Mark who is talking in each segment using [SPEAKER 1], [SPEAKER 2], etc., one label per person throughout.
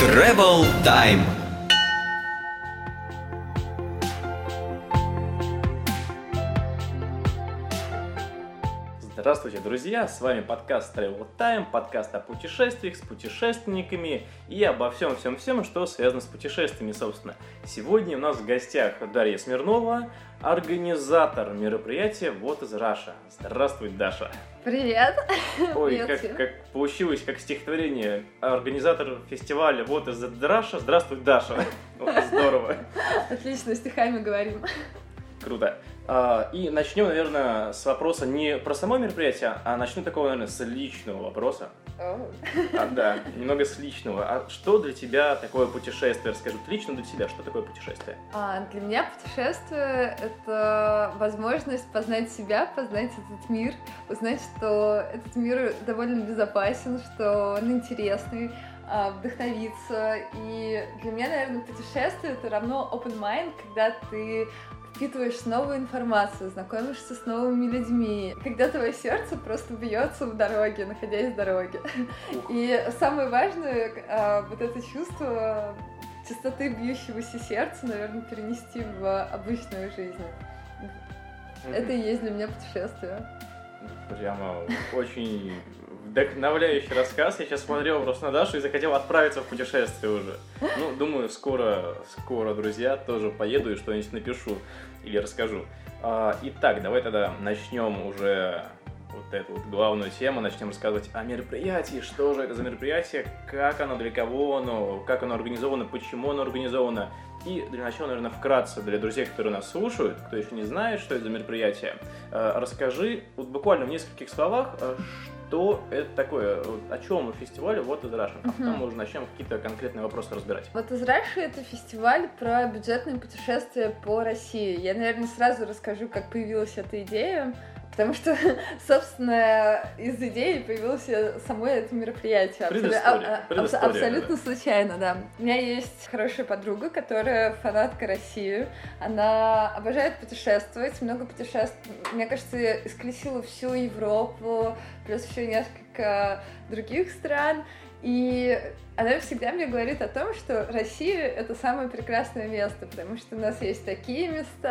[SPEAKER 1] Travel Time.
[SPEAKER 2] Здравствуйте, друзья! С вами подкаст Travel Time, подкаст о путешествиях с путешественниками и обо всем, что связано с путешествиями, собственно. Сегодня у нас в гостях Дарья Смирнова, организатор мероприятия What is Russia. Здравствуй, Даша!
[SPEAKER 3] Привет!
[SPEAKER 2] Ой, как получилось, как стихотворение. Организатор фестиваля What is Russia. Здравствуй, Даша! Здорово!
[SPEAKER 3] Отлично, стихами говорим.
[SPEAKER 2] Круто. И начнем, наверное, с вопроса не про само мероприятие, а начну такого, наверное, с личного вопроса. Да, немного с личного. А что для тебя такое путешествие? Расскажи, лично для тебя, что такое путешествие?
[SPEAKER 3] Для меня путешествие — это возможность познать себя, познать этот мир, узнать, что этот мир довольно безопасен, что он интересный, вдохновиться. И для меня, наверное, путешествие — это равно open mind, когда ты впитываешь новую информацию, знакомишься с новыми людьми, когда твое сердце просто бьется в дороге, находясь в дороге. И самое важное, вот это чувство чистоты бьющегося сердца, наверное, перенести в обычную жизнь. Это и есть для меня путешествие.
[SPEAKER 2] Прямо очень вдохновляющий рассказ. Я сейчас смотрел просто на Дашу и захотел отправиться в путешествие уже. Ну, думаю, скоро, друзья, тоже поеду и что-нибудь напишу или расскажу. Итак, давай тогда начнем уже вот эту вот главную тему, начнем рассказывать о мероприятии, что же это за мероприятие, как оно, для кого оно, как оно организовано, почему оно организовано. И для начала, наверное, вкратце для друзей, которые нас слушают, кто еще не знает, что это за мероприятие, расскажи вот буквально в нескольких словах, что это такое, о чем фестиваль What is Russia, а потом мы уже начнем какие-то конкретные вопросы разбирать.
[SPEAKER 3] What is Russia — это фестиваль про бюджетные путешествия по России. Я, наверное, сразу расскажу, как появилась эта идея. Потому что, собственно, из идеи появилось само это мероприятие. Абсолютно случайно, да. У меня есть хорошая подруга, которая фанатка России. Она обожает путешествовать, много путешествует. Мне кажется, исколесила всю Европу, плюс еще несколько других стран. И она всегда мне говорит о том, что Россия — это самое прекрасное место, потому что у нас есть такие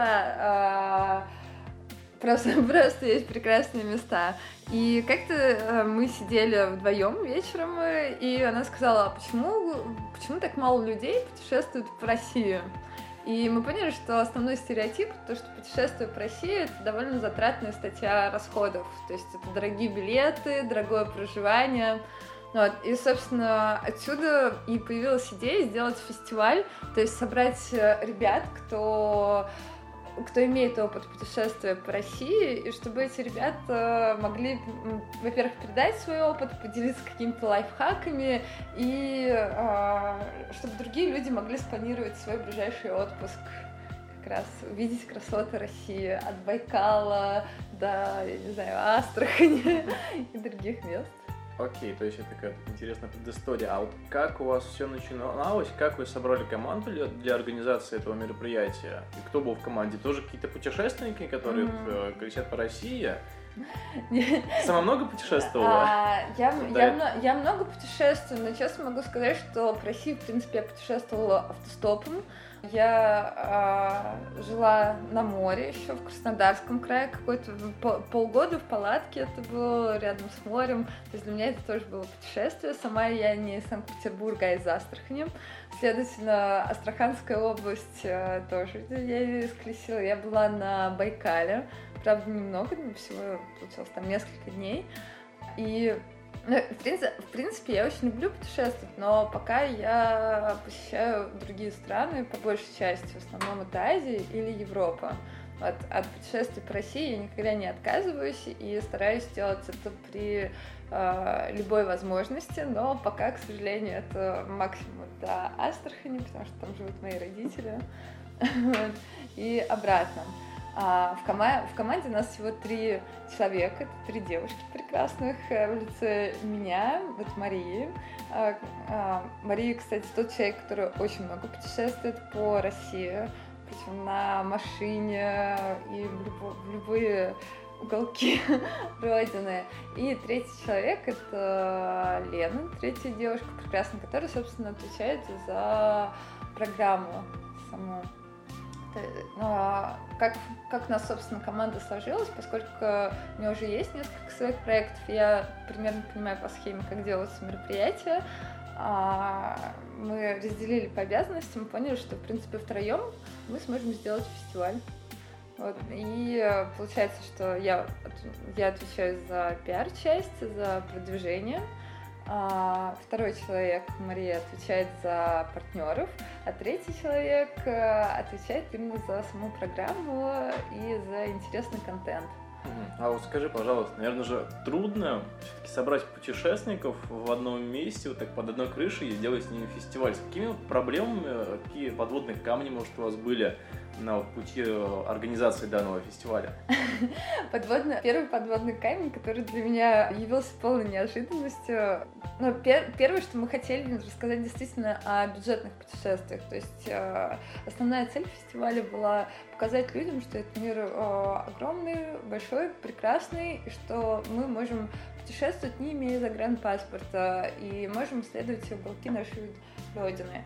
[SPEAKER 3] места, Просто есть прекрасные места. И как-то мы сидели вдвоем вечером, и она сказала: почему так мало людей путешествуют по России? И мы поняли, что основной стереотип — то, что путешествие по России — это довольно затратная статья расходов. То есть это дорогие билеты, дорогое проживание. Вот. И, собственно, отсюда и появилась идея сделать фестиваль, то есть собрать ребят, кто имеет опыт путешествия по России, и чтобы эти ребята могли, во-первых, передать свой опыт, поделиться какими-то лайфхаками, и чтобы другие люди могли спланировать свой ближайший отпуск, как раз увидеть красоты России от Байкала до, я не знаю, Астрахани и других мест.
[SPEAKER 2] Окей, то есть это такая интересная предыстория. А вот как у вас все начиналось? Как вы собрали команду для организации этого мероприятия? И кто был в команде? Тоже какие-то путешественники, которые колесят по России? Сама много путешествовала?
[SPEAKER 3] Я много путешествую, но честно могу сказать, что по России, в принципе, я путешествовала автостопом. Я жила на море еще в Краснодарском крае, какой-то полгода в палатке, это было рядом с морем. То есть для меня это тоже было путешествие. Сама я не из Санкт-Петербурга, а из Астрахани. Следовательно, Астраханская область тоже я ее исколесила. Я была на Байкале, правда, немного, всего получилось там несколько дней. И в принципе, я очень люблю путешествовать, но пока я посещаю другие страны, по большей части, в основном это Азия или Европа. Вот, от путешествий по России я никогда не отказываюсь и стараюсь делать это при любой возможности, но пока, к сожалению, это максимум до Астрахани, потому что там живут мои родители, и обратно. В команде у нас всего 3 человека, это 3 девушки прекрасных в лице меня, вот Марии. Мария, кстати, тот человек, который очень много путешествует по России, причем на машине и в любые уголки Родины. И третий человек — это Лена, третья девушка прекрасная, которая, собственно, отвечает за программу саму. Как у нас, собственно, команда сложилась, поскольку у меня уже есть несколько своих проектов, я примерно понимаю по схеме, как делаются мероприятия. Мы разделили по обязанностям, поняли, что, в принципе, втроем мы сможем сделать фестиваль. Вот. И получается, что я отвечаю за пиар-часть, за продвижение. Второй человек, Мария, отвечает за партнеров, а третий человек отвечает именно за саму программу и за интересный контент.
[SPEAKER 2] А вот скажи, пожалуйста, наверное же трудно все-таки собрать путешественников в одном месте, вот так под одной крышей и делать с ними фестиваль. С какими проблемами, какие подводные камни, может, у вас были на пути организации данного фестиваля?
[SPEAKER 3] Первый подводный камень, который для меня явился полной неожиданностью. Но первое, что мы хотели рассказать действительно о бюджетных путешествиях. То есть основная цель фестиваля была показать людям, что этот мир огромный, большой, прекрасный, и что мы можем путешествовать, не имея загранпаспорта, и можем исследовать все уголки нашей Родины.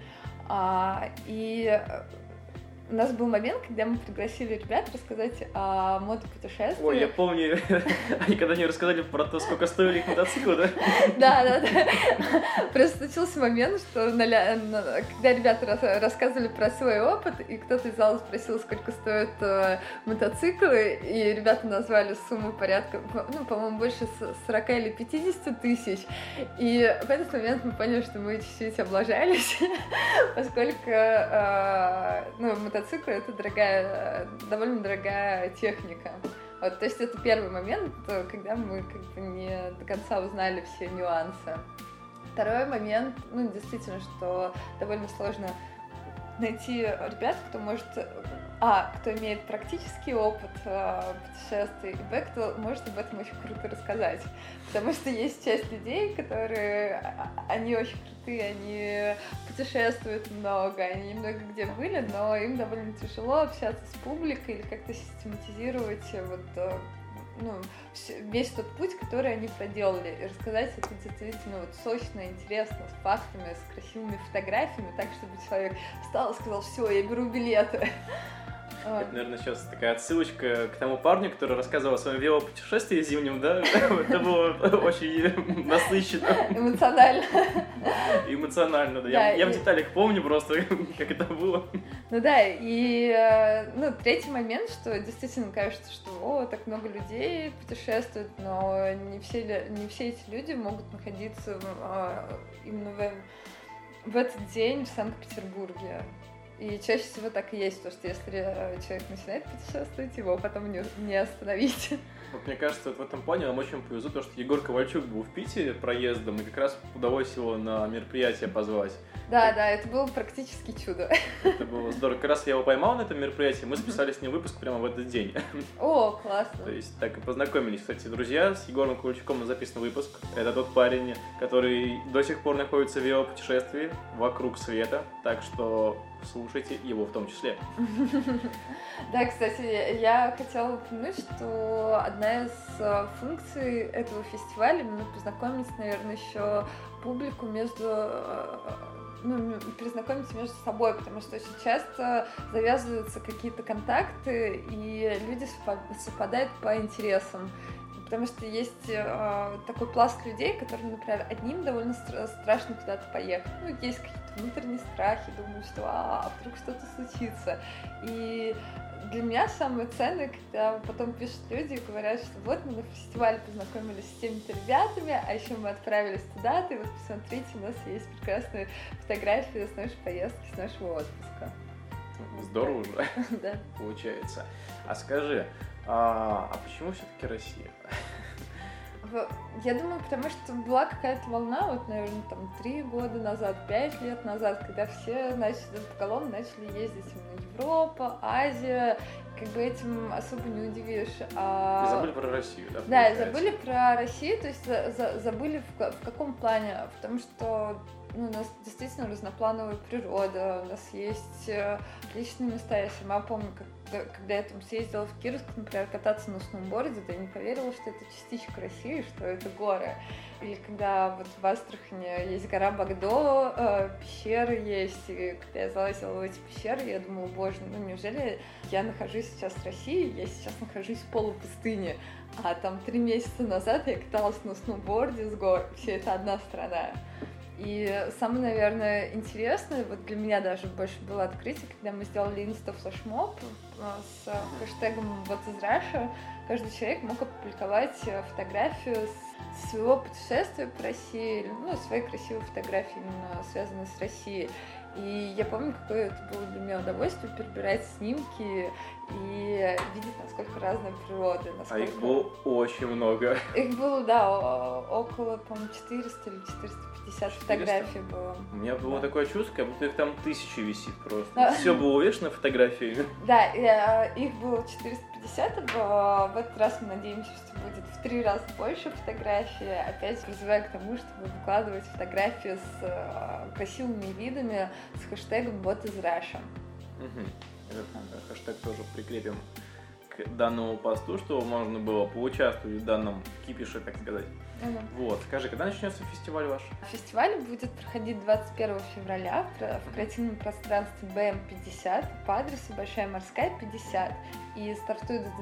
[SPEAKER 3] И у нас был момент, когда мы пригласили ребят рассказать о мотопутешествиях.
[SPEAKER 2] Ой, я помню, они когда мне рассказали про то, сколько стоили их мотоциклы, да?
[SPEAKER 3] Да. Просто случился момент, что когда ребята рассказывали про свой опыт, и кто-то из зала спросил, сколько стоят мотоциклы, и ребята назвали сумму порядка, по-моему, больше 40 или 50 тысяч. И в этот момент мы поняли, что мы чуть-чуть облажались, поскольку мотоциклы — это довольно дорогая техника. Вот, то есть это первый момент, когда мы не до конца узнали все нюансы. Второй момент, действительно, что довольно сложно найти ребят, кто имеет практический опыт путешествий, и кто может об этом очень круто рассказать. Потому что есть часть людей, они очень крутые, они путешествуют много, они много где были, но им довольно тяжело общаться с публикой или как-то систематизировать весь тот путь, который они проделали, и рассказать это действительно сочно, интересно, с фактами, с красивыми фотографиями, так, чтобы человек встал и сказал: все, я беру билеты.
[SPEAKER 2] Это, наверное, сейчас такая отсылочка к тому парню, который рассказывал о своем велопутешествии зимнем, да? Это было очень насыщенно. Эмоционально, да. Я в деталях помню просто, как это было.
[SPEAKER 3] Третий момент, что действительно кажется, что так много людей путешествуют, но не все эти люди могут находиться именно в этот день в Санкт-Петербурге. И чаще всего так и есть, потому что если человек начинает путешествовать, его потом не остановить.
[SPEAKER 2] Вот мне кажется, в этом плане нам очень повезло, потому что Егор Ковальчук был в Питере проездом, и как раз удалось его на мероприятие позвать.
[SPEAKER 3] Да, это было практически чудо.
[SPEAKER 2] Это было здорово. Как раз я его поймал на этом мероприятии, мы записали с ним выпуск прямо в этот день.
[SPEAKER 3] О, классно.
[SPEAKER 2] То есть так и познакомились. Кстати, друзья, с Егором Ковальчуком записан выпуск. Это тот парень, который до сих пор находится в велопутешествии вокруг света, так что слушайте его в том числе.
[SPEAKER 3] Да, кстати, я хотела упомянуть, что одна из функций этого фестиваля именно познакомить, наверное, еще публику перезнакомиться между собой, потому что очень часто завязываются какие-то контакты, и люди совпадают по интересам. Потому что есть такой пласт людей, которым, например, одним довольно страшно куда-то поехать. Есть какие-то внутренние страхи, думают, что вдруг что-то случится. И для меня самое ценное, когда потом пишут люди и говорят, что вот мы на фестивале познакомились с теми-то ребятами, а еще мы отправились туда-то, и вот посмотрите, у нас есть прекрасные фотографии с нашей поездки, с нашего отпуска.
[SPEAKER 2] Здорово же,
[SPEAKER 3] да.
[SPEAKER 2] Получается. А скажи, а почему все-таки Россия?
[SPEAKER 3] Я думаю, потому что была какая-то волна, наверное, 3 года назад, 5 лет назад, когда все поголовно начали ездить именно Европа, Азия, как бы этим особо не удивишь.
[SPEAKER 2] И забыли про Россию, да?
[SPEAKER 3] Да, забыли про Россию, то есть забыли в каком плане? В том, что у нас действительно разноплановая природа, у нас есть отличные места. Я сама помню, когда я там съездила в Кировск, например, кататься на сноуборде, то я не поверила, что это частичка России, что это горы. Или когда вот в Астрахани есть гора Багдо, пещеры есть, и когда я залазила в эти пещеры, я думала, боже, ну неужели я нахожусь сейчас в России, я сейчас нахожусь в полупустыне, а там 3 месяца назад я каталась на сноуборде с гор, все это одна страна. И самое, наверное, интересное, вот для меня даже больше было открытие, когда мы сделали инста-флешмоб с хэштегом «Вот из Russia», каждый человек мог опубликовать фотографию своего путешествия по России, ну, свои красивые фотографии, именно связанные с Россией. И я помню, какое это было для меня удовольствие перебирать снимки и видеть, насколько разная природа. Насколько...
[SPEAKER 2] А их было очень много.
[SPEAKER 3] Их было, да, около, по-моему, 400 или 450 фотографий было.
[SPEAKER 2] У меня было такое чувство, как будто их там 1000 висит просто. Все было увешано фотографиями.
[SPEAKER 3] Да, их было 450, в этот раз мы надеемся, что будет в 3 раза больше фотографий. Опять призываю к тому, чтобы выкладывать фотографии с красивыми видами с хэштегом «Вот из Russia».
[SPEAKER 2] Этот хэштег тоже прикрепим к данному посту, чтобы можно было поучаствовать в данном кипише, так сказать. Вот, скажи, когда начнется фестиваль ваш?
[SPEAKER 3] Фестиваль будет проходить 21 февраля в креативном пространстве БМ-50 по адресу Большая Морская, 50. И стартует с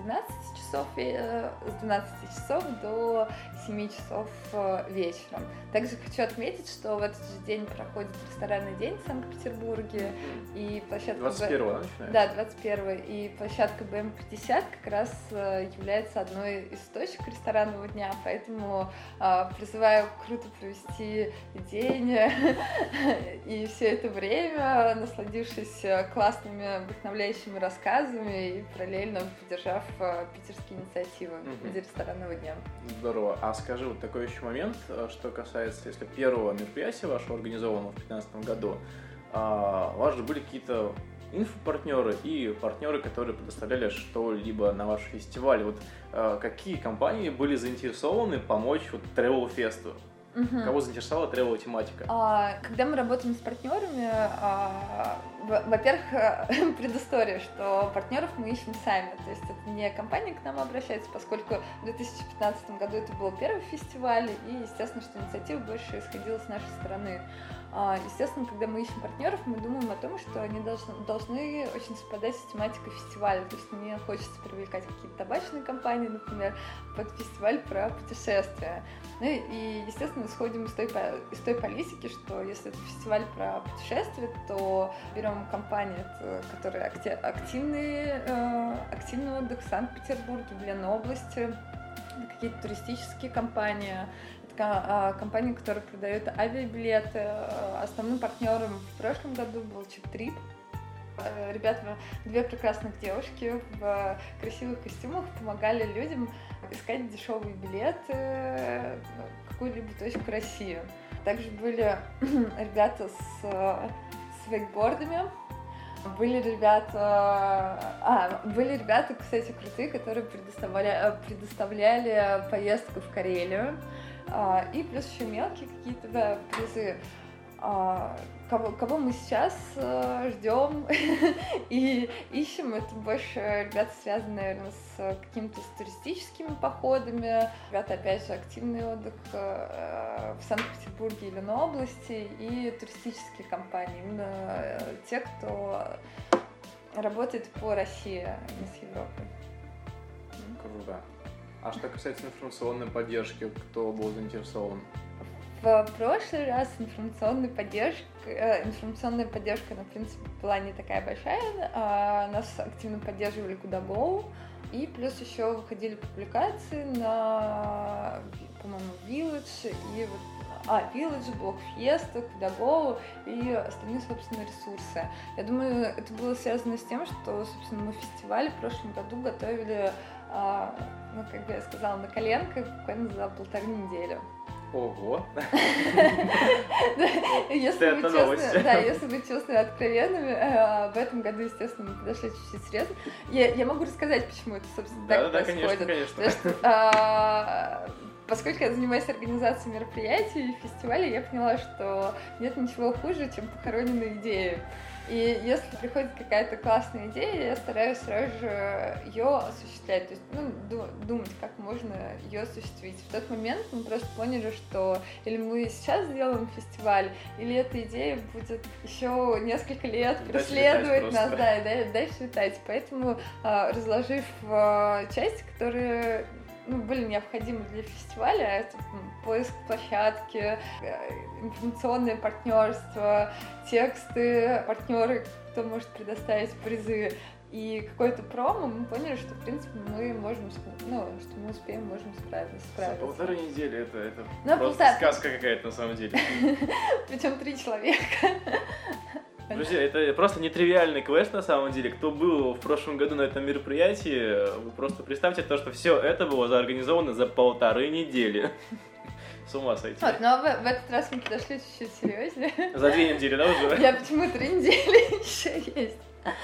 [SPEAKER 3] 12 часов до 7 часов вечером. Также хочу отметить, что в этот же день проходит ресторанный день в Санкт-Петербурге. И площадка
[SPEAKER 2] 21-го, да, начинается?
[SPEAKER 3] Да, 21-го. И площадка БМ-50 как раз является одной из точек ресторанного дня, поэтому призываю круто провести день и все это время, насладившись классными, вдохновляющими рассказами и параллельно поддержав питерские инициативы в виде ресторанного дня.
[SPEAKER 2] Здорово. А скажи, вот такой еще момент, что касается, если первого мероприятия вашего организованного в 2015 году, у вас же были какие-то инфопартнеры и партнеры, которые предоставляли что-либо на ваш фестиваль. Вот какие компании были заинтересованы помочь вот Travel Fest? Кого заинтересовала travel тематика?
[SPEAKER 3] Когда мы работаем с партнерами, во-первых, предыстория, что партнеров мы ищем сами. То есть это не компания к нам обращается, поскольку в 2015 году это был первый фестиваль, и, естественно, что инициатива больше исходила с нашей стороны. Естественно, когда мы ищем партнеров, мы думаем о том, что они должны очень совпадать с тематикой фестиваля. То есть мне хочется привлекать какие-то табачные компании, например, под фестиваль про путешествия. Ну и, естественно, исходим из той политики, что если это фестиваль про путешествия, то берем компании, которые активный отдых в Санкт-Петербурге, в Ленобласти, какие-то туристические компании, компании, которые продают авиабилеты. Основным партнером в прошлом году был Чип-Трип. Ребята, 2 прекрасных девушки в красивых костюмах помогали людям искать дешевые билеты в какую-либо точку России. Также были ребята с вейкбордами. Были ребята, кстати, крутые, которые предоставляли поездку в Карелию. И плюс еще мелкие какие-то призы. Кого мы сейчас ждем и ищем, это больше ребята, связанные, наверное, с какими-то туристическими походами. Ребята, опять же, активный отдых в Санкт-Петербурге и Ленобласти, и туристические компании. Именно те, кто работает по России, а не с Европы.
[SPEAKER 2] Круто. А что касается информационной поддержки, кто был заинтересован?
[SPEAKER 3] В прошлый раз информационная поддержка, она, в принципе, была не такая большая. Нас активно поддерживали Куда.Go, и плюс еще выходили публикации на, по-моему, Village, и Village, Blog Fiesta, Куда.Go и остальные, собственно, ресурсы. Я думаю, это было связано с тем, что, собственно, мы фестиваль в прошлом году готовили, как я сказала, на коленках буквально за 1,5 недели.
[SPEAKER 2] Ого.
[SPEAKER 3] Если быть честными и откровенными, в этом году, естественно, мы подошли чуть-чуть серьезно. Я могу рассказать, почему это, собственно, так происходит.
[SPEAKER 2] Да, конечно.
[SPEAKER 3] Поскольку я занимаюсь организацией мероприятий и фестивалей, я поняла, что нет ничего хуже, чем похороненные идеи. И если приходит какая-то классная идея, я стараюсь сразу же ее осуществлять, то есть думать, как можно ее осуществить. В тот момент мы просто поняли, что или мы сейчас сделаем фестиваль, или эта идея будет еще несколько лет преследовать нас, да, и дальше летать. Поэтому, разложив части, которые были необходимы для фестиваля, это поиск площадки, информационное партнерство, тексты, партнеры, кто может предоставить призы и какой-то промо, мы поняли, что, в принципе, мы можем, что мы успеем, можем справиться.
[SPEAKER 2] За 1,5 недели это просто сказка какая-то на самом деле.
[SPEAKER 3] Причем 3 человека.
[SPEAKER 2] Друзья, это просто нетривиальный квест на самом деле. Кто был в прошлом году на этом мероприятии, вы просто представьте то, что все это было организовано за 1,5 недели. С ума сойти.
[SPEAKER 3] Вот, но в этот раз мы подошли чуть-чуть серьезнее.
[SPEAKER 2] За 2 недели, да, уже?
[SPEAKER 3] Я почему 3 недели еще есть.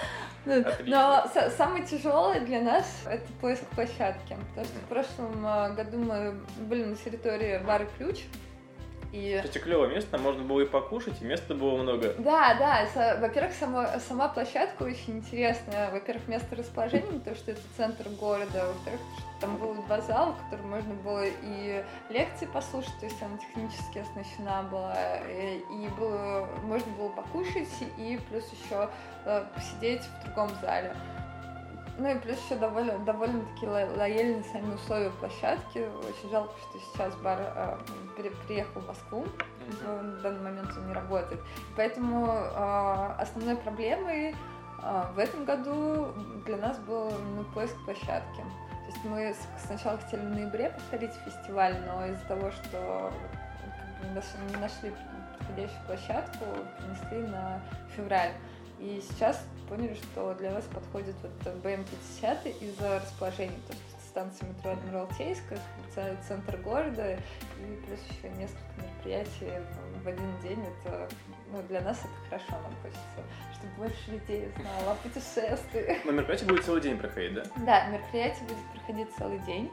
[SPEAKER 3] Но самое тяжелое для нас — это поиск площадки. Потому что в прошлом году мы были на территории бара «Ключ».
[SPEAKER 2] Кстати, клевое место, можно было и покушать, и места было много.
[SPEAKER 3] Да, во-первых, сама площадка очень интересная. Во-первых, место расположения, потому что это центр города. Во-вторых, там было 2 зала, в которых можно было и лекции послушать, то есть она технически оснащена была, и можно было покушать, и плюс еще посидеть в другом зале. И плюс еще довольно-таки лояльные сами условия площадки. Очень жалко, что сейчас бар переехал в Москву. В данный момент он не работает. Поэтому основной проблемой в этом году для нас был поиск площадки. То есть мы сначала хотели в ноябре повторить фестиваль, но из-за того, что не нашли подходящую площадку, перенесли на февраль. И сейчас поняли, что для нас подходит БМ-50 из-за расположения, то есть станция метро Адмиралтейская, центр города, и плюс еще несколько мероприятий в один день. Это, для нас это хорошо, нам хочется, чтобы больше людей знало о путешествиях.
[SPEAKER 2] Но мероприятие будет целый день проходить, да?
[SPEAKER 3] Да, мероприятие будет проходить целый день.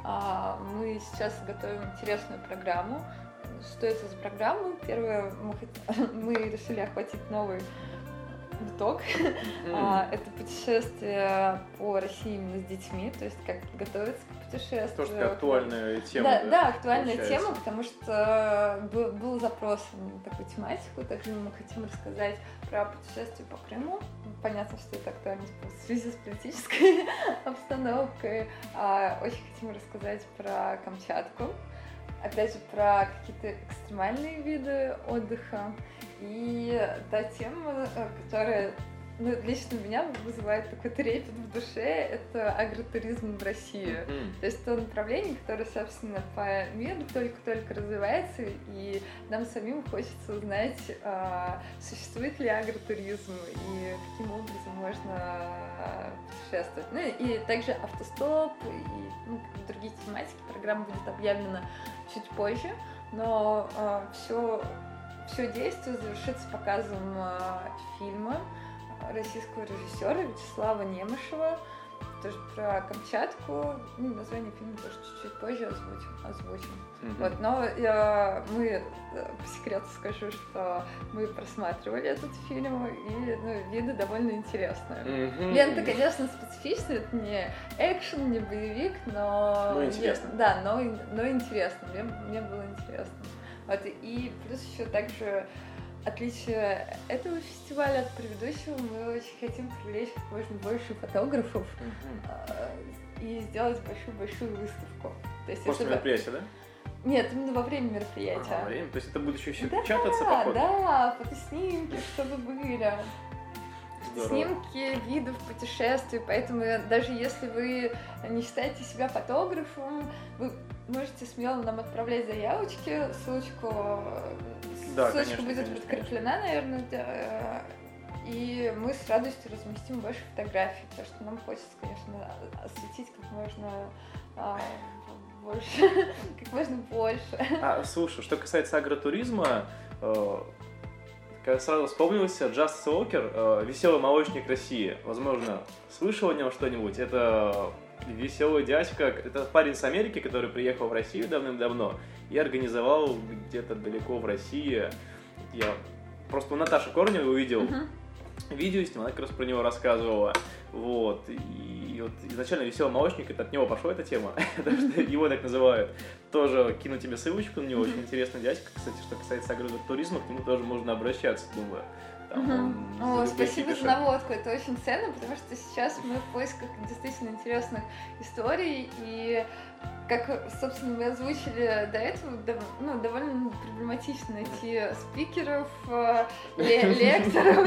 [SPEAKER 3] Мы сейчас готовим интересную программу. Что это за программа? Первое, мы решили охватить новый виток. Это путешествие по России именно с детьми, то есть как готовиться к путешествию.
[SPEAKER 2] Тоже такая актуальная тема.
[SPEAKER 3] Да, актуальная тема, потому что был запрос на такую тематику. Также мы хотим рассказать про путешествие по Крыму. Понятно, что это актуально в связи с политической обстановкой. Очень хотим рассказать про Камчатку. Опять же, про какие-то экстремальные виды отдыха. И та тема, которая лично меня вызывает такой трепет в душе, это агротуризм в России. То есть то направление, которое, собственно, по миру только-только развивается, и нам самим хочется узнать, существует ли агротуризм и каким образом можно путешествовать. И также автостоп и другие тематики. Программа будет объявлена чуть позже, но все действие завершится показом фильма российского режиссера Вячеслава Немышева, тоже про Камчатку. Название фильма тоже чуть-чуть позже озвучим. Вот, но мы по секрету скажу, что мы просматривали этот фильм, и виды довольно интересные. Лента, конечно, специфичная, это не экшен, не боевик, но
[SPEAKER 2] интересно.
[SPEAKER 3] Да, но интересно. Мне было интересно. Вот, и плюс еще также отличие этого фестиваля от предыдущего, мы очень хотим привлечь как можно больше фотографов и сделать большую-большую выставку. То есть
[SPEAKER 2] после мероприятия, да?
[SPEAKER 3] Нет, именно во время мероприятия.
[SPEAKER 2] Во время? То есть это будет еще печататься по ходу?
[SPEAKER 3] Да, фотоснимки, чтобы были.
[SPEAKER 2] Здорово.
[SPEAKER 3] Снимки видов путешествий, поэтому даже если вы не считаете себя фотографом, вы можете смело нам отправлять заявочки, ссылочка будет подкреплена, наверное, и мы с радостью разместим ваши фотографии, потому что нам хочется, конечно, осветить как можно больше, как можно больше.
[SPEAKER 2] Слушай, что касается агротуризма, сразу вспомнился Just Walker, веселый молочник России. Возможно, слышал о нем что-нибудь? Это веселый дядька, это парень с Америки, который приехал в Россию давным-давно и организовал где-то далеко в России. Я просто у Наташи Корневой увидел видео с ним, она как раз про него рассказывала. Вот. И вот изначально веселый молочник, это от него пошла эта тема, потому что его так называют. Тоже кину тебе ссылочку на него, очень интересный дядька. Кстати, что касается агротуризма, к нему тоже можно обращаться, думаю.
[SPEAKER 3] Спасибо за наводку, это очень ценно, потому что сейчас мы в поисках действительно интересных историй, и как, собственно, мы озвучили до этого, довольно проблематично найти спикеров, лекторов,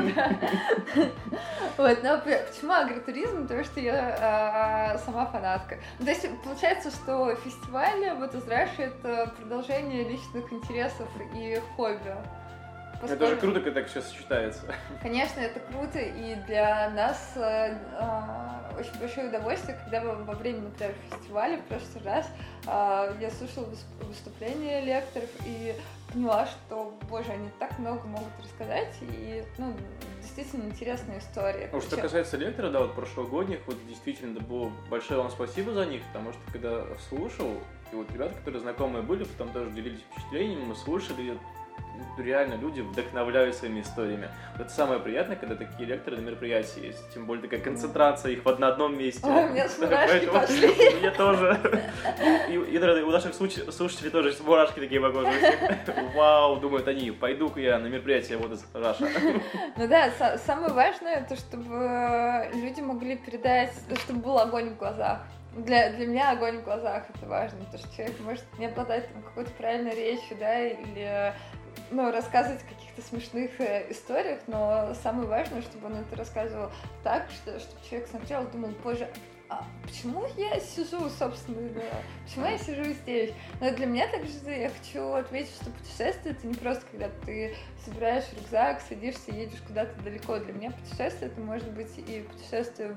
[SPEAKER 3] Вот, но почему агротуризм? Потому что я сама фанатка. То есть получается, что фестиваль вот из Раши — это продолжение личных интересов и хобби.
[SPEAKER 2] Это же круто, когда так все сочетается.
[SPEAKER 3] Конечно, это круто, и для нас очень большое удовольствие, когда во время, например, фестиваля в прошлый раз я слушала выступления лекторов и поняла, что, боже, они так много могут рассказать, и, действительно интересная история.
[SPEAKER 2] Что касается лектора, да, вот прошлогодних, вот действительно, было большое вам спасибо за них, потому что когда слушал, и вот ребята, которые знакомые были, потом тоже делились впечатлениями, мы слушали, реально люди вдохновляют своими историями. Это самое приятное, когда такие лекторы на мероприятии есть. Тем более такая концентрация их на одном месте.
[SPEAKER 3] Ой, у меня мурашки пошли.
[SPEAKER 2] Мне тоже. И у наших слушателей тоже есть мурашки такие по коже. Вау, думают они, пойду-ка я на мероприятие вот из Раша.
[SPEAKER 3] Ну да, самое важное, то чтобы люди могли передать, чтобы был огонь в глазах. Для меня огонь в глазах — это важно, потому что человек может не обладать какой-то правильной речью, да, или рассказывать о каких-то смешных историях, но самое важное, чтобы он это рассказывал так, чтобы человек смотрел и думал, боже, а почему я сижу, собственно, почему я сижу здесь? Но для меня также я хочу отметить, что путешествие — это не просто когда ты собираешь рюкзак, садишься, едешь куда-то далеко. Для меня путешествие — это может быть и путешествие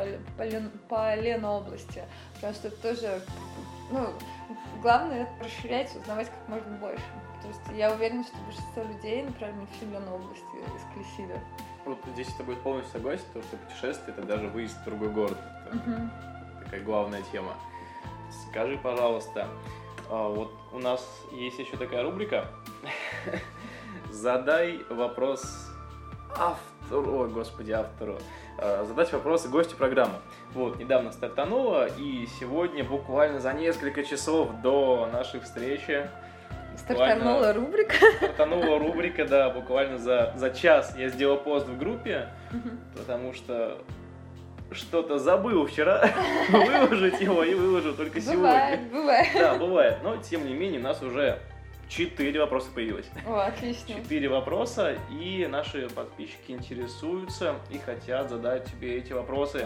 [SPEAKER 3] по Ленобласти, потому что это тоже, главное — это расширять, узнавать как можно больше. Потому что я уверена, что большинство людей направлены в Ленобласти из Клещида.
[SPEAKER 2] Вот здесь с тобой полностью согласен, потому что путешествие — это даже выезд в другой город. Это такая главная тема. Скажи, пожалуйста, вот у нас есть еще такая рубрика «Задай вопрос автору». Задать вопросы гостю программы. Вот, недавно стартанула, и сегодня буквально за несколько часов до нашей встречи
[SPEAKER 3] Стартанула рубрика.
[SPEAKER 2] Стартанула рубрика, да, буквально за час я сделал пост в группе, потому что что-то забыл вчера выложить его и выложил только сегодня.
[SPEAKER 3] Бывает.
[SPEAKER 2] Да, бывает, но тем не менее у нас уже 4 вопроса появилось.
[SPEAKER 3] О, отлично.
[SPEAKER 2] 4 вопроса, и наши подписчики интересуются и хотят задать тебе эти вопросы.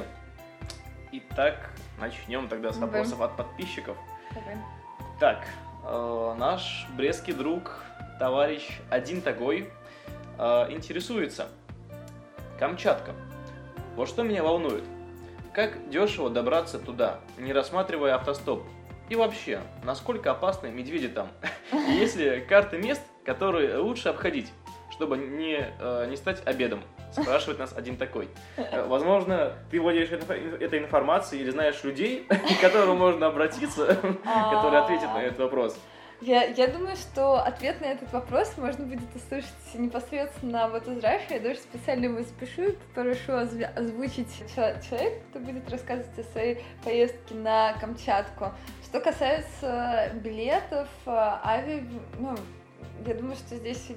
[SPEAKER 2] Итак, начнем тогда с вопросов от подписчиков.
[SPEAKER 3] Давай.
[SPEAKER 2] Так, наш брестский друг, товарищ Один Такой, интересуется. Камчатка. Вот что меня волнует. Как дешево добраться туда, не рассматривая автостоп? И вообще, насколько опасны медведи там? Есть ли карты мест, которые лучше обходить, чтобы не стать обедом? Спрашивает нас Один Такой. Возможно, ты владеешь этой информацией или знаешь людей, к которым можно обратиться, которые ответят на этот вопрос.
[SPEAKER 3] Я думаю, что ответ на этот вопрос можно будет услышать непосредственно вот из Раши. Я даже специально его запишу и попрошу озвучить человека, кто будет рассказывать о своей поездке на Камчатку. Что касается билетов, я думаю, что здесь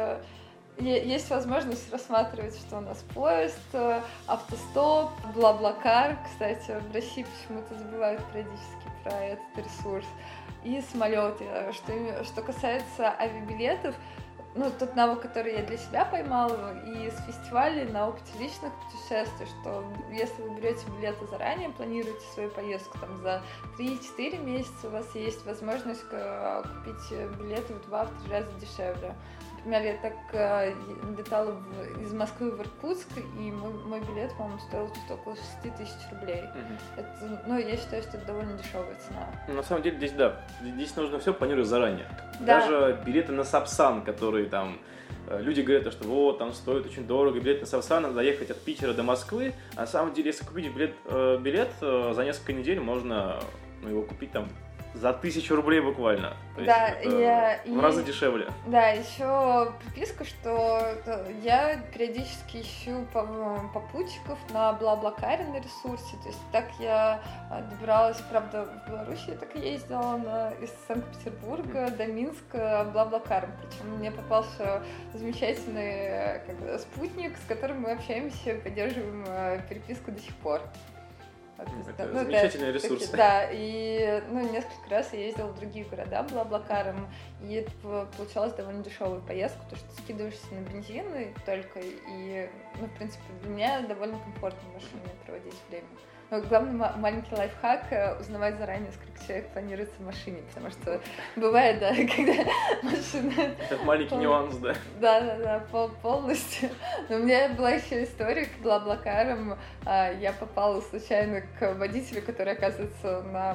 [SPEAKER 3] есть возможность рассматривать, что у нас поезд, автостоп, Блаблакар. Кстати, в России почему-то забывают периодически про этот ресурс. И самолеты. Что касается авиабилетов, тот навык, который я для себя поймала, и с фестиваля на опыте личных путешествий, что если вы берете билеты заранее, планируете свою поездку там за 3-4 месяца, у вас есть возможность купить билеты в 2-3 раза дешевле. например, я так летала из Москвы в Иркутск, и мой билет, по-моему, стоил что-то около 6 тысяч рублей. Это, ну, я считаю, что это довольно дешевая цена.
[SPEAKER 2] На самом деле здесь нужно все планировать заранее.
[SPEAKER 3] Да.
[SPEAKER 2] Даже билеты на Сапсан, которые там люди говорят, что вот, там стоит очень дорого, билет на Сапсан, надо доехать от Питера до Москвы. А на самом деле, если купить билет за несколько недель, можно его купить там за 1000 рублей буквально. То
[SPEAKER 3] Да,
[SPEAKER 2] есть в разы дешевле.
[SPEAKER 3] Да, еще приписка, что я периодически ищу попутчиков на Блаблакаре на ресурсе. То есть так я добиралась, правда, в Беларуси я так и ездила из Санкт-Петербурга до Минска Блаблакаром. Причем мне попался замечательный спутник, с которым мы общаемся, поддерживаем переписку до сих пор.
[SPEAKER 2] Это замечательный ресурс.
[SPEAKER 3] Да, и несколько раз я ездила в другие города Блаблакаром, и это получалось довольно дешевую поездку, потому что ты скидываешься на бензин и только, и, в принципе, для меня довольно комфортно в машине проводить время. Но главный маленький лайфхак — узнавать заранее, сколько человек планируется в машине, потому что бывает, да, когда машина...
[SPEAKER 2] Это маленький нюанс, да?
[SPEAKER 3] Да, полностью. Но у меня была еще история с Блаблакаром. Я попала случайно к водителю, который, оказывается, на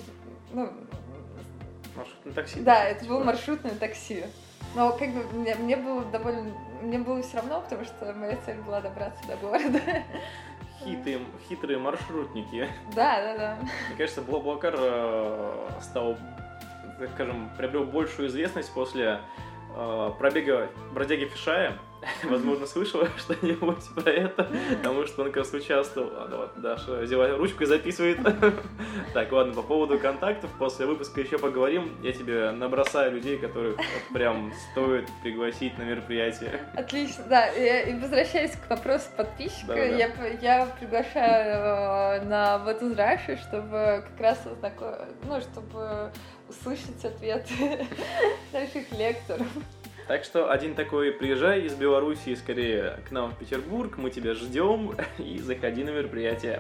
[SPEAKER 2] маршрутное такси?
[SPEAKER 3] Да, это было маршрутное такси. Но как бы мне было все равно, потому что моя цель была добраться до города.
[SPEAKER 2] Хитрые маршрутники.
[SPEAKER 3] Да.
[SPEAKER 2] Мне кажется, Блаблакар стал, так скажем, приобрел большую известность после пробега бродяги Фишая. Возможно, слышала что-нибудь про это, потому что он как раз участвовал. Ладно, вот Даша взяла ручку и записывает. Так, ладно, по поводу контактов, после выпуска еще поговорим. Я тебе набросаю людей, которых прям стоит пригласить на мероприятие.
[SPEAKER 3] Отлично, да. И возвращаясь к вопросу подписчика, я приглашаю на What is Russia, чтобы как раз чтобы услышать ответы наших лекторов.
[SPEAKER 2] Так что один такой: приезжай из Белоруссии скорее к нам в Петербург, мы тебя ждем, и заходи на мероприятие.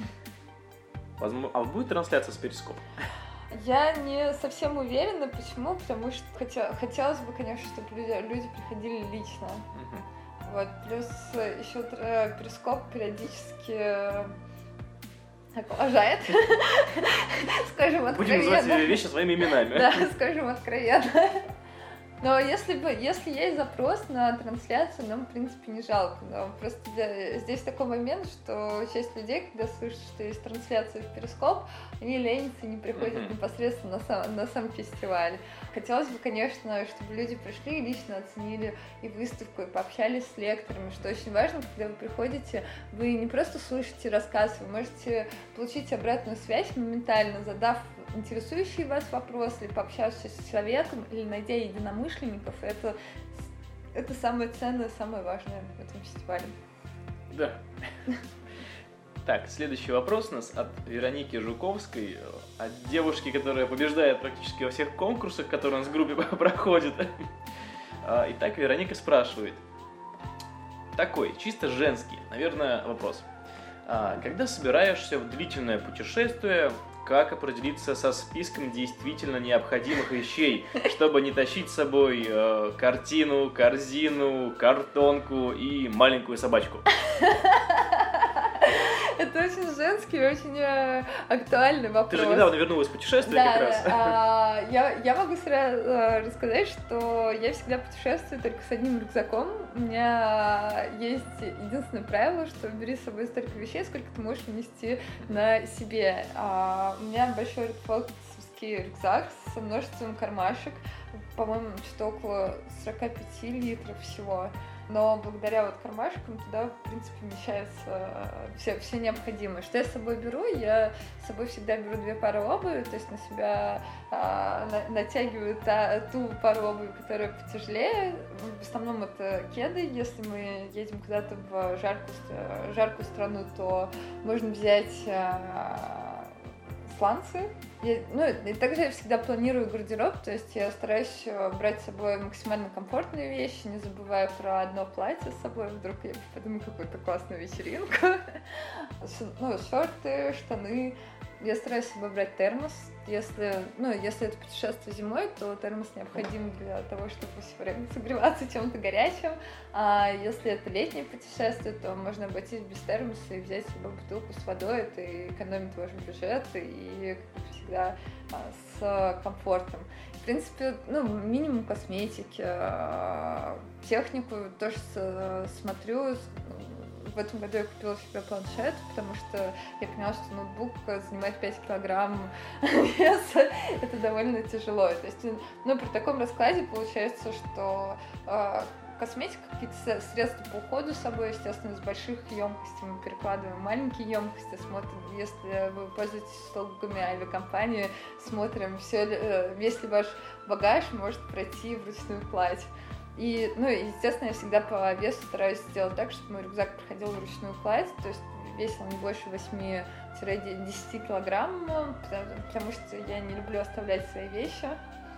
[SPEAKER 2] А будет трансляция с Перископа?
[SPEAKER 3] Я не совсем уверена, почему, потому что хотелось бы, конечно, чтобы люди приходили лично. Вот, плюс еще Перископ периодически уважает, скажем откровенно.
[SPEAKER 2] Будем называть вещи своими именами.
[SPEAKER 3] Да, скажем откровенно. Но если есть запрос на трансляцию, нам, в принципе, не жалко. Но просто здесь такой момент, что часть людей, когда слышат, что есть трансляция в Перископ, они ленятся и не приходят непосредственно на сам фестиваль. Хотелось бы, конечно, чтобы люди пришли и лично оценили и выставку, и пообщались с лекторами, что очень важно, когда вы приходите, вы не просто слышите рассказ, вы можете получить обратную связь моментально, задав интересующие вас вопросы, или пообщавшись с человеком, или найдя единомышленников. Это самое ценное, самое важное в этом фестивале.
[SPEAKER 2] Да. Так, следующий вопрос у нас от Вероники Жуковской, от девушки, которая побеждает практически во всех конкурсах, которые у нас в группе проходят. Итак, Вероника спрашивает. Такой, чисто женский, наверное, вопрос. Когда собираешься в длительное путешествие, как определиться со списком действительно необходимых вещей, чтобы не тащить с собой картину, корзину, картонку и маленькую собачку?
[SPEAKER 3] Это очень женский, очень актуальный вопрос.
[SPEAKER 2] Ты же недавно вернулась с путешествия как раз.
[SPEAKER 3] Да, я могу сразу рассказать, что я всегда путешествую только с одним рюкзаком. У меня есть единственное правило, что бери с собой столько вещей, сколько ты можешь нести на себе. У меня большой фолксовский рюкзак со множеством кармашек, по-моему, что около 45 литров всего. Но благодаря кармашкам туда, в принципе, вмещается все необходимое. Что я с собой беру? Я с собой всегда беру 2 пары обуви, то есть на себя натягиваю ту пару обуви, которая потяжелее. В основном это кеды. Если мы едем куда-то в жаркую страну, то можно взять сланцы. И также я всегда планирую гардероб, то есть я стараюсь брать с собой максимально комфортные вещи, не забывая про одно платье с собой, вдруг я попаду на какую-то классную вечеринку. Шорты, штаны. я стараюсь с собой брать термос. Если это путешествие зимой, то термос необходим для того, чтобы все время согреваться чем-то горячим. А если это летнее путешествие, то можно обойтись без термоса и взять с собой бутылку с водой. Это экономит ваш бюджет и, как всегда, с комфортом. В принципе, минимум косметики, технику тоже смотрю. В этом году я купила себе планшет, потому что я поняла, что ноутбук занимает 5 килограмм веса. Это довольно тяжело. То есть, при таком раскладе получается, что косметика, какие-то средства по уходу с собой, естественно, из больших емкостей мы перекладываем в маленькие емкости, смотрим, если вы пользуетесь услугами авиакомпании, смотрим, весь ли ваш багаж может пройти в ручную кладь. И, естественно, я всегда по весу стараюсь сделать так, чтобы мой рюкзак проходил в ручную кладь, то есть весил не больше 8-10 килограмм, потому что я не люблю оставлять свои вещи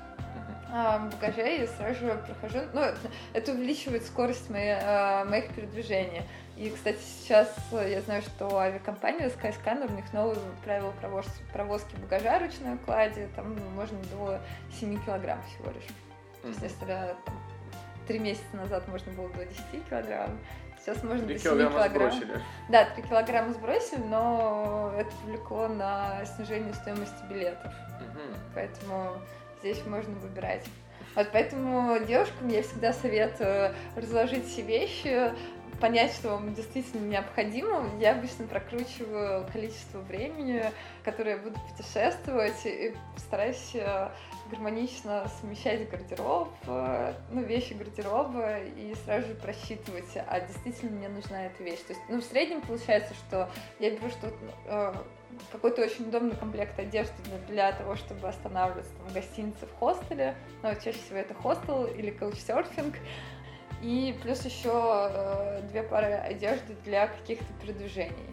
[SPEAKER 3] в багаже, и сразу же прохожу. Это увеличивает скорость моих передвижений. И, кстати, сейчас я знаю, что авиакомпания Skyscanner, у них новые правила провозки багажа ручной клади, там можно до 7 килограмм всего лишь. То есть, если 3 месяца назад можно было до 10 килограмм, сейчас можно до 7 килограмм.
[SPEAKER 2] Сбросили.
[SPEAKER 3] Да, 3 килограмма сбросили, но это повлекло на снижение стоимости билетов. Поэтому здесь можно выбирать. Поэтому девушкам я всегда советую разложить все вещи, понять, что вам действительно необходимо. Я обычно прокручиваю количество времени, которое я буду путешествовать, и стараюсь гармонично совмещать гардероб, вещи гардероба, и сразу же просчитывать, а действительно мне нужна эта вещь. То есть, в среднем получается, что я беру какой-то очень удобный комплект одежды для того, чтобы останавливаться в гостинице, в хостеле, но чаще всего это хостел или каучсерфинг, и плюс еще 2 пары одежды для каких-то передвижений.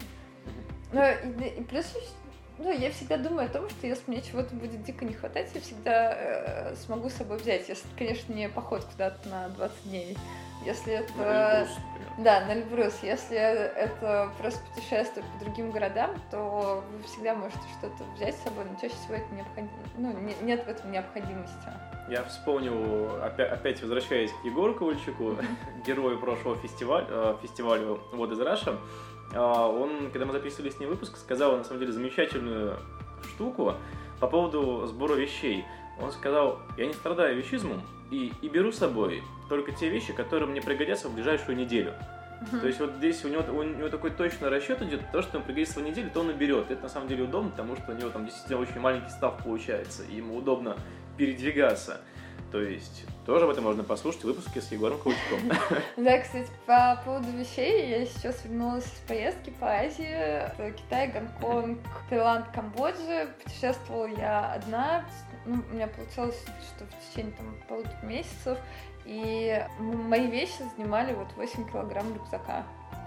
[SPEAKER 3] И плюс я всегда думаю о том, что если мне чего-то будет дико не хватать, я всегда смогу с собой взять, если, конечно, не поход куда-то на 20 дней. Если это...
[SPEAKER 2] На Эльбрус,
[SPEAKER 3] да, на Эльбрус. Если это просто путешествие по другим городам, то вы всегда можете что-то взять с собой, но чаще всего это нет в этом необходимости.
[SPEAKER 2] Я вспомнил, опять возвращаясь к Егору Ковальчуку, герою прошлого фестиваля «Вот из Раша», он, когда мы записывали с ним выпуск, сказал, на самом деле, замечательную штуку по поводу сбора вещей. Он сказал: я не страдаю вещизмом и беру с собой только те вещи, которые мне пригодятся в ближайшую неделю. То есть вот здесь у него такой точный расчет идет, то, что ему пригодится в неделю, то он и берет. Это на самом деле удобно, потому что у него там действительно очень маленький став получается, и ему удобно передвигаться. То есть тоже об этом можно послушать в выпуске с Егором Ковальчуком.
[SPEAKER 3] Да, кстати, по поводу вещей, я сейчас вернулась из поездки по Азии, Китай, Гонконг, Таиланд, Камбоджа. Путешествовала я одна, у меня получилось, что в течение 1,5 месяцев, и мои вещи занимали 8 килограмм рюкзака.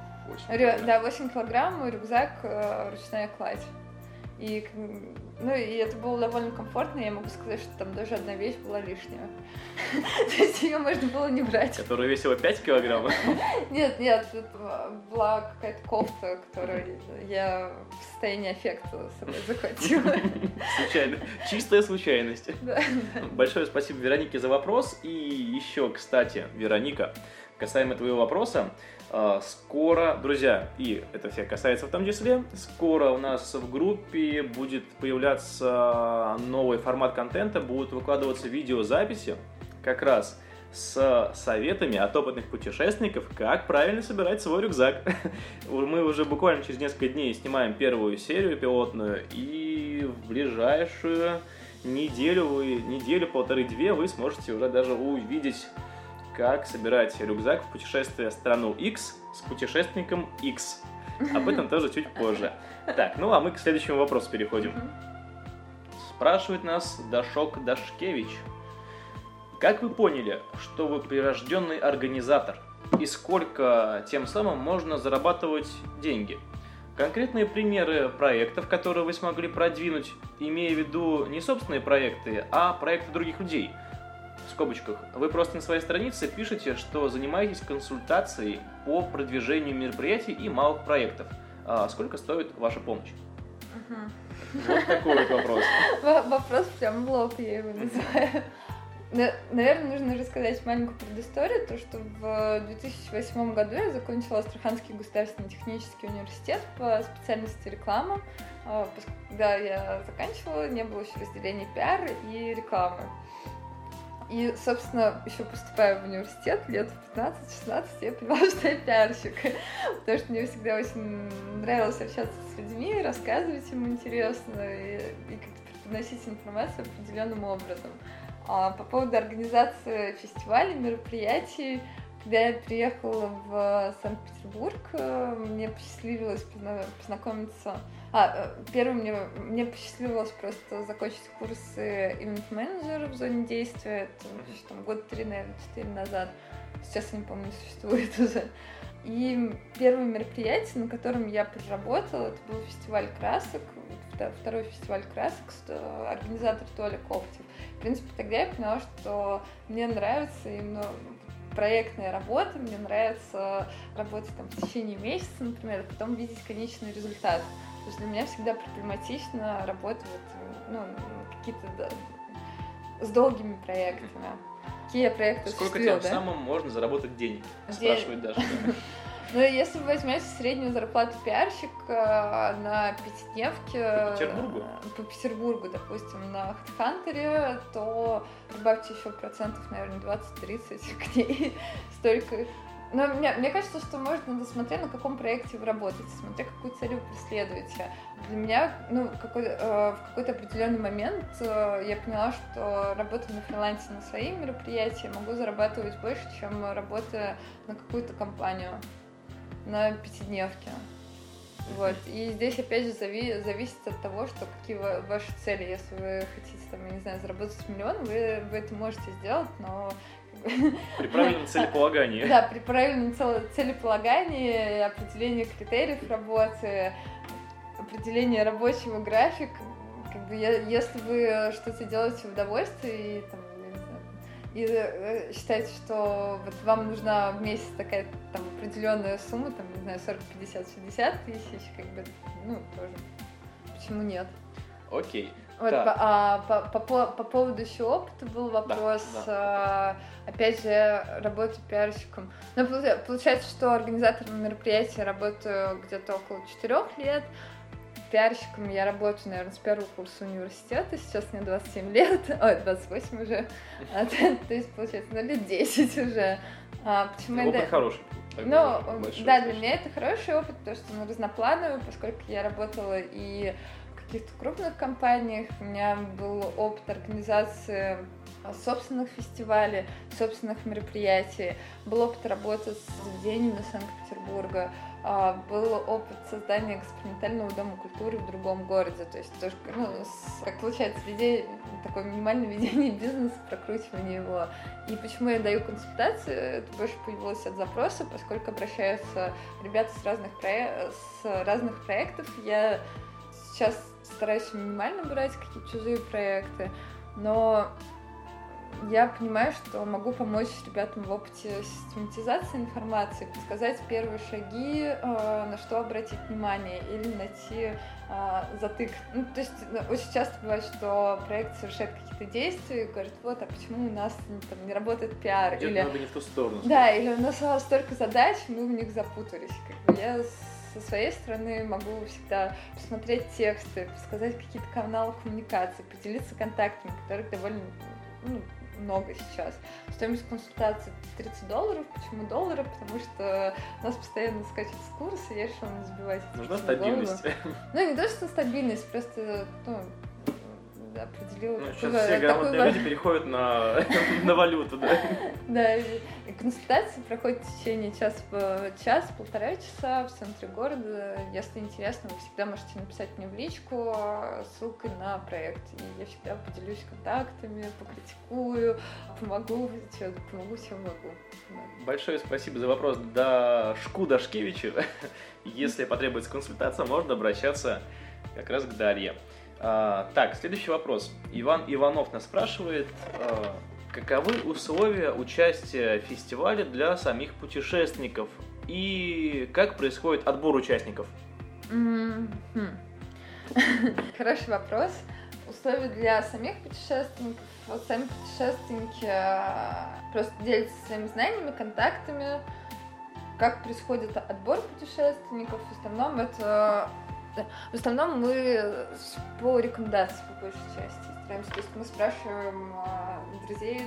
[SPEAKER 3] 8 килограмм, мой рюкзак, ручная кладь. И это было довольно комфортно, я могу сказать, что там даже одна вещь была лишняя. То есть ее можно было не брать.
[SPEAKER 2] Которая весила 5 килограмм?
[SPEAKER 3] Нет, это была какая-то кофта, которую я в состоянии аффекта с собой захватила.
[SPEAKER 2] Случайно. Чистая случайность.
[SPEAKER 3] Да.
[SPEAKER 2] Большое спасибо Веронике за вопрос. И еще, кстати, Вероника, касаемо твоего вопроса, скоро, друзья, и это все касается в том числе, скоро у нас в группе будет появляться новый формат контента, будут выкладываться видеозаписи как раз с советами от опытных путешественников, как правильно собирать свой рюкзак. Мы уже буквально через несколько дней снимаем первую серию пилотную, и в ближайшую неделю, полторы-две вы сможете уже даже увидеть, как собирать рюкзак в путешествие в страну X с путешественником X. Об этом тоже чуть позже. Так, а мы к следующему вопросу переходим. Спрашивает нас Дашок Дашкевич. Как вы поняли, что вы прирожденный организатор? И сколько тем самым можно зарабатывать деньги? Конкретные примеры проектов, которые вы смогли продвинуть, имея в виду не собственные проекты, а проекты других людей. В скобочках, вы просто на своей странице пишете, что занимаетесь консультацией по продвижению мероприятий и малых проектов. Сколько стоит ваша помощь? Вот такой вот вопрос.
[SPEAKER 3] Вопрос прям в лоб, я его называю. Наверное, нужно рассказать маленькую предысторию, то, что в 2008 году я закончила Астраханский государственный технический университет по специальности реклама. Когда я заканчивала, не было еще разделения пиар и рекламы. И, собственно, еще поступая в университет лет в 15-16, я поняла, что я пиарщик. Потому что мне всегда очень нравилось общаться с людьми, рассказывать им интересно и как-то преподносить информацию определенным образом. А по поводу организации фестивалей, мероприятий, когда я приехала в Санкт-Петербург, мне посчастливилось познакомиться... Первым мне посчастливилось просто закончить курсы ивент-менеджера в зоне действия. Это еще там 3, наверное, 4 назад. Сейчас, я не помню, существует уже. И первое мероприятие, на котором я проработала, это был фестиваль красок, второй фестиваль красок, организатор Толя Коптев. В принципе, тогда я поняла, что мне нравится именно проектная работа, мне нравится работать там в течение месяца, например, а потом видеть конечный результат. Потому что для меня всегда проблематично работать какие-то с долгими проектами. Какие я проекты
[SPEAKER 2] Сколько тем самым можно заработать денег? Спрашивает Даша.
[SPEAKER 3] Ну, если вы возьмете среднюю зарплату пиарщика на пятидневке... По Петербургу, допустим, на HeadHunter, то добавьте еще процентов, наверное, 20-30 к ней. Столько... Но мне кажется, что можно, смотря на каком проекте вы работаете, смотря какую цель вы преследуете. Для меня, в какой-то определенный момент я поняла, что работая на фрилансе на свои мероприятия, могу зарабатывать больше, чем работая на какую-то компанию, на пятидневке. Вот. И здесь, опять же, зависит от того, что какие ваши цели. Если вы хотите, там, я не знаю, заработать миллион, вы это можете сделать, но...
[SPEAKER 2] При правильном целеполагании.
[SPEAKER 3] Да, при правильном целеполагании, определении критериев работы, определении рабочего графика. Если вы что-то делаете в удовольствие и считаете, что вот вам нужна в месяц такая там определенная сумма, там, не знаю, 40, 50, 60 тысяч, тоже. Почему нет?
[SPEAKER 2] Окей.
[SPEAKER 3] Вот, по поводу еще опыта был вопрос, да. Опять же, работы пиарщиком. Получается, что организатором мероприятия работаю где-то около 4 лет. Пиарщиком я работаю, наверное, с первого курса университета. Сейчас мне 27 лет, 28 уже. То есть, получается, лет 10 уже.
[SPEAKER 2] Почему опыт хороший.
[SPEAKER 3] Да, для меня это хороший опыт, потому что он разноплановый, поскольку я работала и в каких-то крупных компаниях, у меня был опыт организации собственных фестивалей, собственных мероприятий, был опыт работы с заведениями Санкт-Петербурга, был опыт создания экспериментального дома культуры в другом городе, то есть тоже, как получается, такое минимальное ведение бизнеса, прокручивание его. И почему я даю консультации, это больше появилось от запроса, поскольку обращаются ребята с разных проектов. Я сейчас стараюсь минимально брать какие-то чужие проекты, но я понимаю, что могу помочь ребятам в опыте систематизации информации, подсказать первые шаги, на что обратить внимание, или найти затык. То есть очень часто бывает, что проект совершает какие-то действия и говорит, вот, а почему у нас там не работает пиар?
[SPEAKER 2] Идет немного не в ту сторону.
[SPEAKER 3] Да, или у нас столько задач, мы в них запутались. Я со своей стороны могу всегда посмотреть тексты, сказать какие-то каналы коммуникации, поделиться контактами, которых довольно много сейчас. Стоимость консультации $30. Почему $? Потому что у нас постоянно скачется курс, и я решила не забивать.
[SPEAKER 2] Нужна стабильность.
[SPEAKER 3] Не то, что стабильность, просто определила.
[SPEAKER 2] Сейчас все грамотные люди переходят на валюту, да?
[SPEAKER 3] Да, и консультация проходит в течение час-полтора часа в центре города. Если интересно, вы всегда можете написать мне в личку ссылкой на проект. И я всегда поделюсь контактами, покритикую, помогу, чем могу.
[SPEAKER 2] Большое спасибо за вопрос Дашку Дашкевичу. Если потребуется консультация, можно обращаться как раз к Дарье. Так, следующий вопрос. Иван Иванов нас спрашивает, каковы условия участия в фестивале для самих путешественников и как происходит отбор участников?
[SPEAKER 3] Хороший вопрос. Условия для самих путешественников. Вот сами путешественники просто делятся своими знаниями, контактами, как происходит отбор путешественников. В основном мы по рекомендации, по большей части стараемся. То есть мы спрашиваем друзей,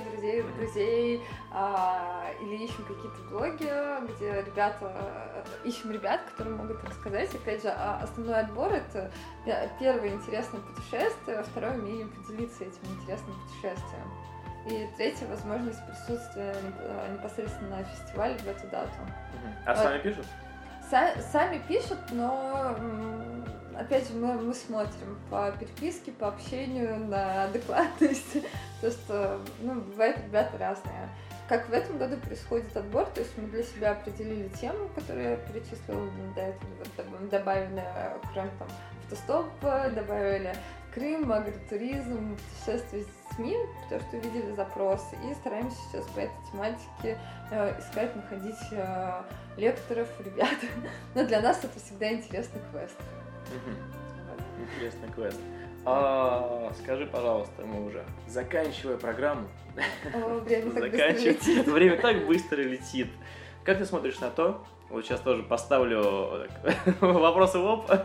[SPEAKER 3] или ищем какие-то блоги, где ищем ребят, которые могут рассказать. Опять же, основной отбор — это первое интересное путешествие, второе — умение поделиться этим интересным путешествием. И третье — возможность присутствия непосредственно на фестивале в эту дату.
[SPEAKER 2] А сами пишут?
[SPEAKER 3] Сами пишут, но опять же мы смотрим по переписке, по общению, на адекватность. То, что бывают ребята разные. Как в этом году происходит отбор, то есть мы для себя определили тему, которую я перечислила до этого, добавили, кроме автостоп, добавили Крым, агротуризм, путешествия с детьми, потому что увидели запросы, и стараемся сейчас по этой тематике искать, находить лекторов, ребят. Но для нас это всегда интересный квест.
[SPEAKER 2] Интересный квест. Скажи, пожалуйста, мы уже заканчивая программу.
[SPEAKER 3] Время так быстро летит.
[SPEAKER 2] Время так быстро летит. Как ты смотришь на то? Вот сейчас тоже поставлю вопросы в лоб.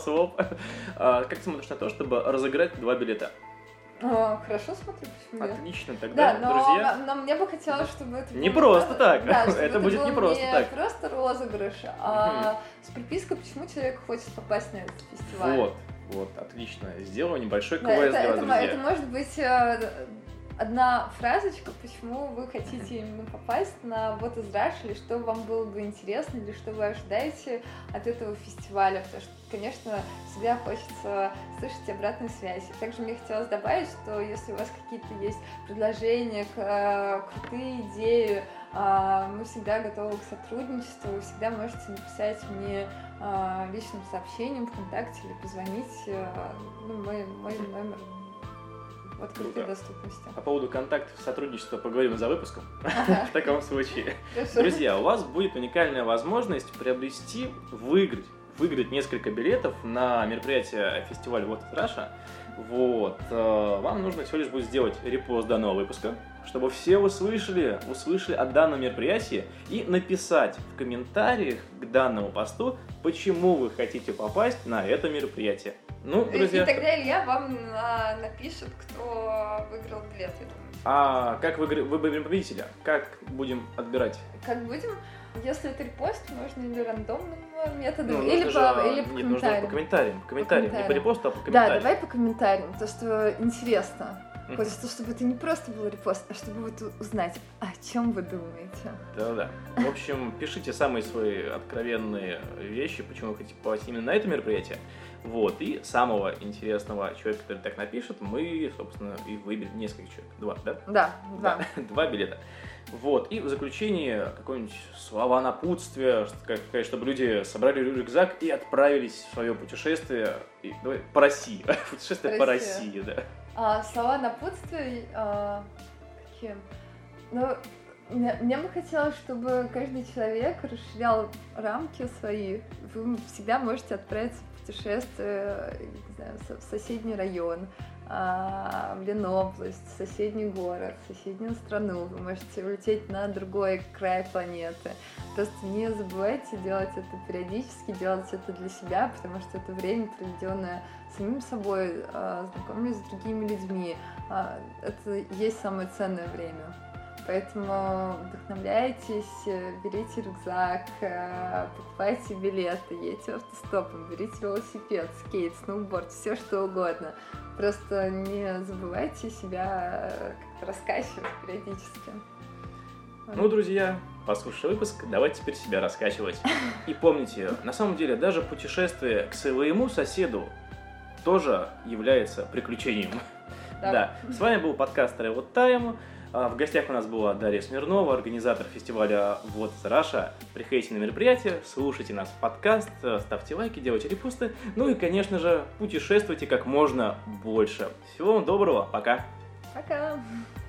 [SPEAKER 2] Как ты смотришь на то, чтобы разыграть 2 билета?
[SPEAKER 3] Хорошо смотрю, почему нет?
[SPEAKER 2] Отлично, тогда,
[SPEAKER 3] да,
[SPEAKER 2] друзья.
[SPEAKER 3] Но мне бы хотелось, чтобы это
[SPEAKER 2] не просто так.
[SPEAKER 3] Да,
[SPEAKER 2] это будет не просто так.
[SPEAKER 3] Просто розыгрыш, а с припиской, почему человек хочет попасть на этот фестиваль.
[SPEAKER 2] Вот, отлично. Сделаю небольшой квест для вас, друзья.
[SPEAKER 3] Это может быть одна фразочка, почему вы хотите именно попасть на Вот из Rush, или что вам было бы интересно, или что вы ожидаете от этого фестиваля, потому что, конечно, всегда хочется слышать обратную связь. И также мне хотелось добавить, что если у вас какие-то есть предложения, крутые идеи, мы всегда готовы к сотрудничеству, вы всегда можете написать мне личным сообщением ВКонтакте или позвонить, мой номер в открытой доступности.
[SPEAKER 2] По поводу контактов сотрудничества поговорим за выпуском. В таком случае. Друзья, у вас будет уникальная возможность выиграть несколько билетов на мероприятие фестиваля Вот из Раша. Вам нужно всего лишь будет сделать репост данного выпуска, чтобы все услышали о данном мероприятии, и написать в комментариях к данному посту, почему вы хотите попасть на это мероприятие. Друзья.
[SPEAKER 3] И тогда Илья вам напишет, кто выиграл билет.
[SPEAKER 2] А как выберем победителя? Как будем отбирать?
[SPEAKER 3] Как будем? Если это репост, можно или рандомным методом,
[SPEAKER 2] или по
[SPEAKER 3] комментариям.
[SPEAKER 2] Нет, нужно по комментариям. Не по репосту, а по комментариям.
[SPEAKER 3] Да, давай по комментариям, потому что интересно. Хочется, чтобы это не просто был репост, а чтобы узнать, о чем вы думаете.
[SPEAKER 2] Да. В общем, пишите самые свои откровенные вещи, почему вы хотите попасть именно на это мероприятие. И самого интересного человека, который так напишет, мы, собственно, и выберем несколько человек. 2, да?
[SPEAKER 3] Да, 2.
[SPEAKER 2] 2 билета. И в заключение какое-нибудь слова напутствия, чтобы люди собрали рюкзак и отправились в свое путешествие по России. Путешествие по России, да.
[SPEAKER 3] Слова напутствия какие? Мне бы хотелось, чтобы каждый человек расширял рамки свои. Вы всегда можете отправиться в путешествие, не знаю, в соседний район, в Ленобласть, в соседний город, в соседнюю страну. Вы можете улететь на другой край планеты. Просто не забывайте делать это периодически, делать это для себя, потому что это время, проведенное самим собой, знакомиться с другими людьми. Это и есть самое ценное время. Поэтому вдохновляйтесь, берите рюкзак, покупайте билеты, едьте автостопом, берите велосипед, скейт, сноуборд, все что угодно. Просто не забывайте себя как-то раскачивать периодически.
[SPEAKER 2] Друзья, послушав выпуск, давайте теперь себя раскачивать. И помните, на самом деле, даже путешествие к своему соседу тоже является приключением. Да. С вами был подкаст Travel Time. В гостях у нас была Дарья Смирнова, организатор фестиваля Вот из Раша. Приходите на мероприятие, слушайте наш подкаст, ставьте лайки, делайте репосты. И, конечно же, путешествуйте как можно больше. Всего вам доброго, пока!
[SPEAKER 3] Пока!